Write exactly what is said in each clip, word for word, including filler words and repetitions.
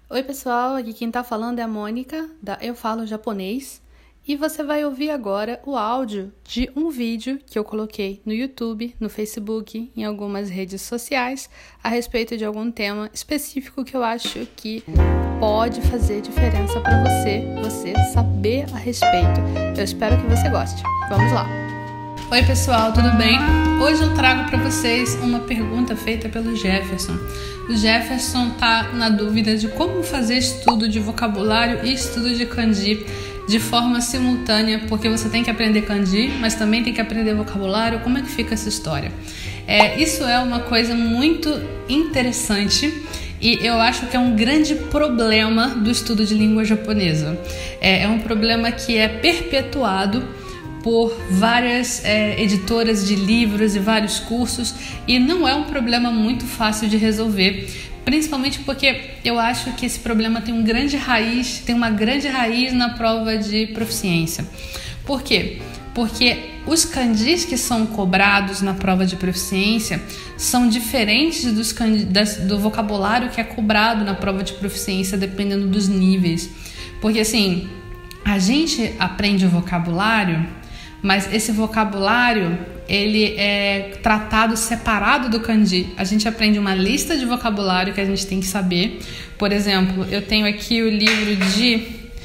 Oi pessoal, aqui quem tá falando é a Mônica, da Eu Falo Japonês, e você vai ouvir agora o áudio de um vídeo que eu coloquei no YouTube, no Facebook, em algumas redes sociais, a respeito de algum tema específico que eu acho que pode fazer diferença para você, você saber a respeito. Eu espero que você goste. Vamos lá! Oi pessoal, tudo bem? Hoje eu trago para vocês uma pergunta feita pelo Jefferson. O Jefferson tá na dúvida de como fazer estudo de vocabulário e estudo de kanji de forma simultânea, porque você tem que aprender kanji, mas também tem que aprender vocabulário. Como é que fica essa história? É, isso é uma coisa muito interessante e eu acho que é um grande problema do estudo de língua japonesa. É, é um problema que é perpetuado por várias é, editoras de livros e vários cursos, e não é um problema muito fácil de resolver, principalmente porque eu acho que esse problema tem um grande raiz, tem uma grande raiz na prova de proficiência. Por quê? Porque os kanjis que são cobrados na prova de proficiência são diferentes dos kanji, das, do vocabulário que é cobrado na prova de proficiência, dependendo dos níveis. Porque assim, a gente aprende o vocabulário, mas esse vocabulário, ele é tratado separado do kanji. A gente aprende uma lista de vocabulário que a gente tem que saber. Por exemplo, eu tenho aqui o livro de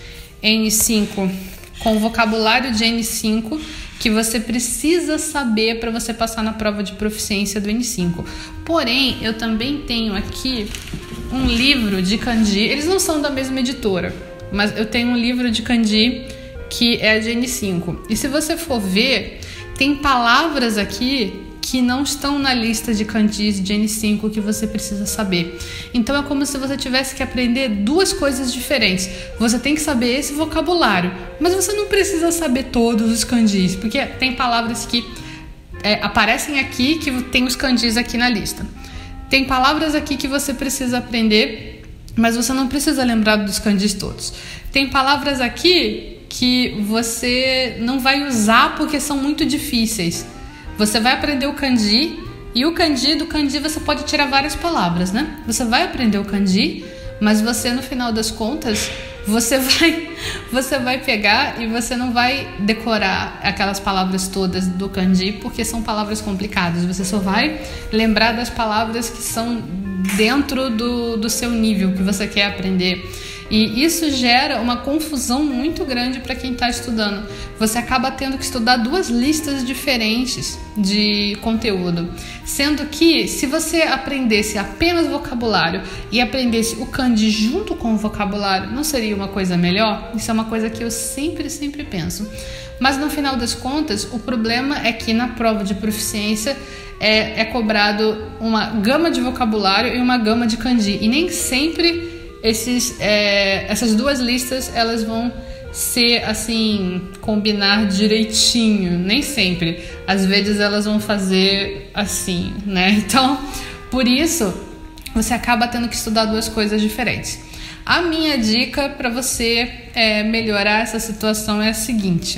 N cinco, com vocabulário de N cinco, que você precisa saber para você passar na prova de proficiência do N cinco. Porém, eu também tenho aqui um livro de kanji. Eles não são da mesma editora, mas eu tenho um livro de kanji que é de N cinco. E se você for ver, tem palavras aqui que não estão na lista de kanjis de N cinco que você precisa saber. Então é como se você tivesse que aprender duas coisas diferentes. Você tem que saber esse vocabulário, mas você não precisa saber todos os kanjis, porque tem palavras que é, aparecem aqui que tem os kanjis aqui na lista. Tem palavras aqui que você precisa aprender, mas você não precisa lembrar dos kanjis todos. Tem palavras aqui que você não vai usar porque são muito difíceis. Você vai aprender o kanji, e o kanji, do kanji você pode tirar várias palavras, né? Você vai aprender o kanji, mas você, no final das contas, você vai, você vai pegar e você não vai decorar aquelas palavras todas do kanji, porque são palavras complicadas. Você só vai lembrar das palavras que são dentro do, do seu nível, que você quer aprender. E isso gera uma confusão muito grande para quem está estudando. Você acaba tendo que estudar duas listas diferentes de conteúdo. Sendo que, se você aprendesse apenas vocabulário e aprendesse o kanji junto com o vocabulário, não seria uma coisa melhor? Isso é uma coisa que eu sempre, sempre penso. Mas no final das contas, o problema é que na prova de proficiência é, é cobrado uma gama de vocabulário e uma gama de kanji. E nem sempre Esses, é, essas duas listas elas vão ser assim, combinar direitinho, nem sempre. Às vezes elas vão fazer assim, né? Então, por isso, você acaba tendo que estudar duas coisas diferentes. A minha dica para você é, melhorar essa situação é a seguinte: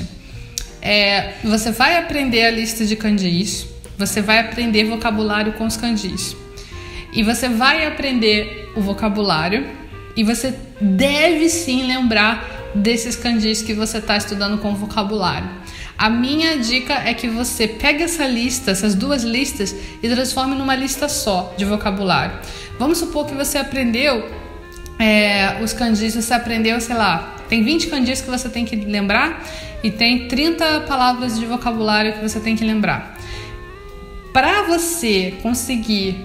é, você vai aprender a lista de kanjis, você vai aprender vocabulário com os kanjis, e você vai aprender o vocabulário. E você deve sim lembrar desses kanjis que você está estudando com vocabulário. A minha dica é que você pegue essa lista, essas duas listas, e transforme numa lista só de vocabulário. Vamos supor que você aprendeu é, os kanjis, você aprendeu, sei lá, tem vinte kanjis que você tem que lembrar e tem trinta palavras de vocabulário que você tem que lembrar. Para você conseguir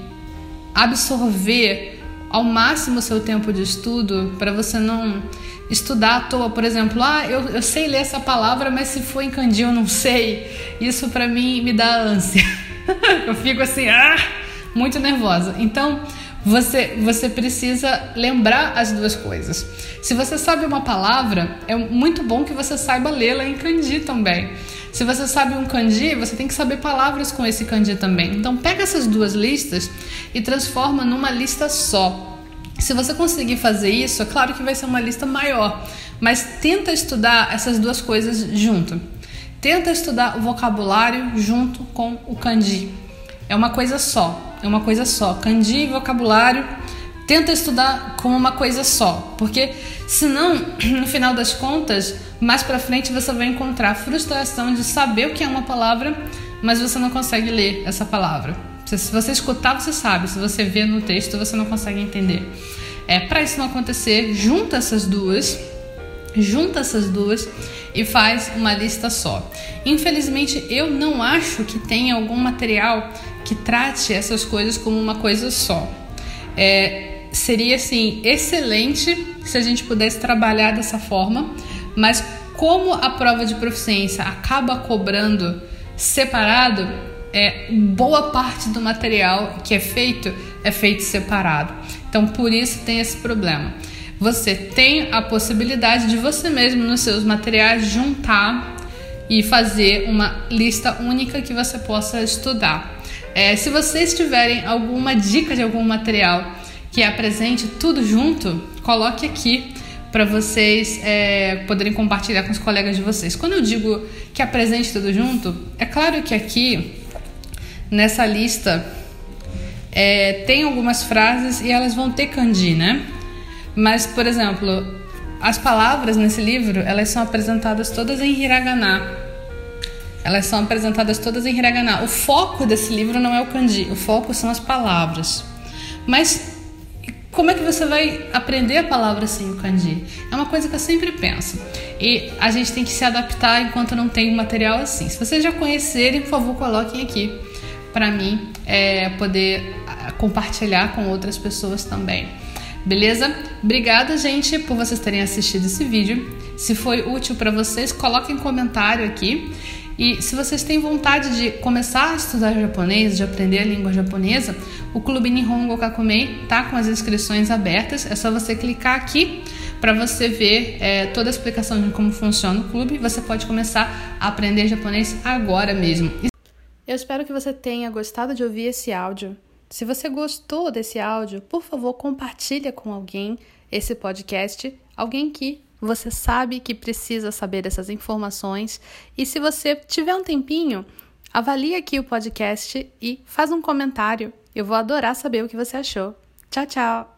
absorver ao máximo o seu tempo de estudo, para você não estudar à toa. Por exemplo, ah, eu, eu sei ler essa palavra, mas se for em kanji eu não sei. Isso para mim me dá ânsia. Eu fico assim, ah, muito nervosa. Então, você, você precisa lembrar as duas coisas. Se você sabe uma palavra, é muito bom que você saiba lê-la em kanji também. Se você sabe um kanji, você tem que saber palavras com esse kanji também. Então pega essas duas listas e transforma numa lista só. Se você conseguir fazer isso, é claro que vai ser uma lista maior, mas tenta estudar essas duas coisas junto. Tenta estudar o vocabulário junto com o kanji. É uma coisa só, é uma coisa só. Kanji e vocabulário tenta estudar como uma coisa só, porque senão, no final das contas, mais pra frente você vai encontrar a frustração de saber o que é uma palavra, mas você não consegue ler essa palavra. Se você escutar, você sabe, se você ver no texto, você não consegue entender. É, para isso não acontecer, junta essas duas, junta essas duas e faz uma lista só. Infelizmente, eu não acho que tenha algum material que trate essas coisas como uma coisa só. É, seria, assim, excelente se a gente pudesse trabalhar dessa forma, mas como a prova de proficiência acaba cobrando separado, é, boa parte do material que é feito, é feito separado. Então, por isso tem esse problema. Você tem a possibilidade de você mesmo, nos seus materiais, juntar e fazer uma lista única que você possa estudar. É, se vocês tiverem alguma dica de algum material que apresente tudo junto, coloque aqui para vocês é, poderem compartilhar com os colegas de vocês. Quando eu digo que apresente tudo junto, é claro que aqui, nessa lista, é, tem algumas frases e elas vão ter kanji, né? Mas, por exemplo, as palavras nesse livro, elas são apresentadas todas em hiragana. Elas são apresentadas todas em hiragana. O foco desse livro não é o kanji, o foco são as palavras. Mas como é que você vai aprender a palavra sem o kanji? É uma coisa que eu sempre penso. E a gente tem que se adaptar enquanto não tem um material assim. Se vocês já conhecerem, por favor, coloquem aqui para mim é, poder compartilhar com outras pessoas também. Beleza? Obrigada, gente, por vocês terem assistido esse vídeo. Se foi útil para vocês, coloquem um comentário aqui. E se vocês têm vontade de começar a estudar japonês, de aprender a língua japonesa, o Clube Nihongo Kakumei tá com as inscrições abertas. É só você clicar aqui para você ver é, toda a explicação de como funciona o clube. Você pode começar a aprender japonês agora mesmo. Eu espero que você tenha gostado de ouvir esse áudio. Se você gostou desse áudio, por favor, compartilha com alguém esse podcast, alguém que você sabe que precisa saber dessas informações. E se você tiver um tempinho, avalie aqui o podcast e faz um comentário. Eu vou adorar saber o que você achou. Tchau, tchau!